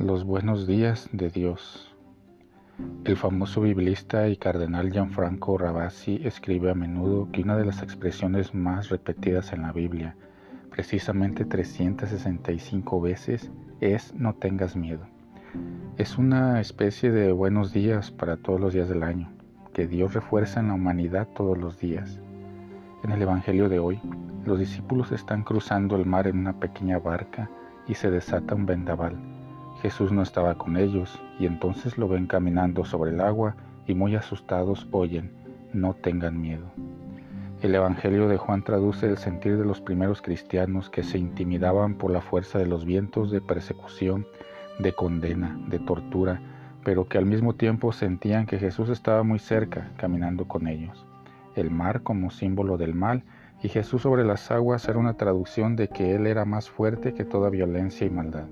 Los buenos días de Dios. El famoso biblista y cardenal Gianfranco Ravasi escribe a menudo que una de las expresiones más repetidas en la Biblia, precisamente 365 veces, es "no tengas miedo". Es una especie de buenos días para todos los días del año, que Dios refuerza en la humanidad todos los días. En el Evangelio de hoy, los discípulos están cruzando el mar en una pequeña barca y se desata un vendaval. Jesús no estaba con ellos y entonces lo ven caminando sobre el agua y muy asustados oyen: "No tengan miedo". El Evangelio de Juan traduce el sentir de los primeros cristianos que se intimidaban por la fuerza de los vientos de persecución, de condena, de tortura, pero que al mismo tiempo sentían que Jesús estaba muy cerca, caminando con ellos. El mar como símbolo del mal y Jesús sobre las aguas era una traducción de que Él era más fuerte que toda violencia y maldad.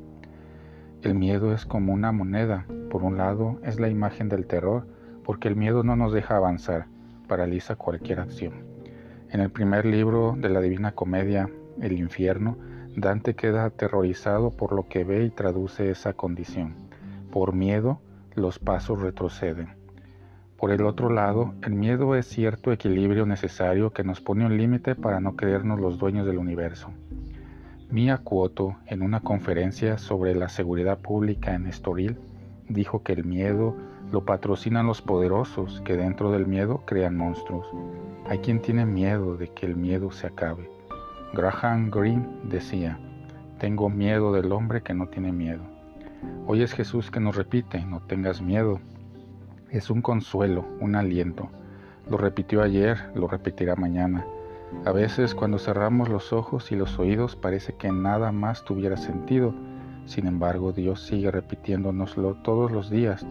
El miedo es como una moneda. Por un lado, es la imagen del terror, porque el miedo no nos deja avanzar, paraliza cualquier acción. En el primer libro de la Divina Comedia, El Infierno, Dante queda aterrorizado por lo que ve y traduce esa condición. Por miedo, los pasos retroceden. Por el otro lado, el miedo es cierto equilibrio necesario que nos pone un límite para no creernos los dueños del universo. Mia Cuoto, en una conferencia sobre la seguridad pública en Estoril, dijo que el miedo lo patrocinan los poderosos, que dentro del miedo crean monstruos. Hay quien tiene miedo de que el miedo se acabe. Graham Greene decía: "Tengo miedo del hombre que no tiene miedo". Hoy es Jesús que nos repite: "No tengas miedo". Es un consuelo, un aliento. Lo repitió ayer, lo repetirá mañana. A veces cuando cerramos los ojos y los oídos parece que nada más tuviera sentido. Sin embargo, Dios sigue repitiéndonoslo todos los días.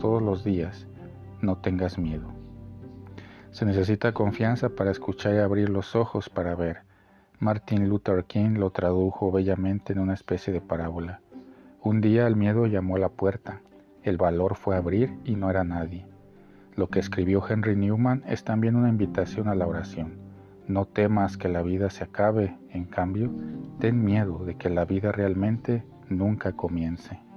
No tengas miedo. Se necesita confianza para escuchar y abrir los ojos para ver. Martin Luther King lo tradujo bellamente en una especie de parábola. Un día el miedo llamó a la puerta. El valor fue abrir y no era nadie. Lo que escribió Henry Newman es también una invitación a la oración. No temas que la vida se acabe, en cambio, ten miedo de que la vida realmente nunca comience.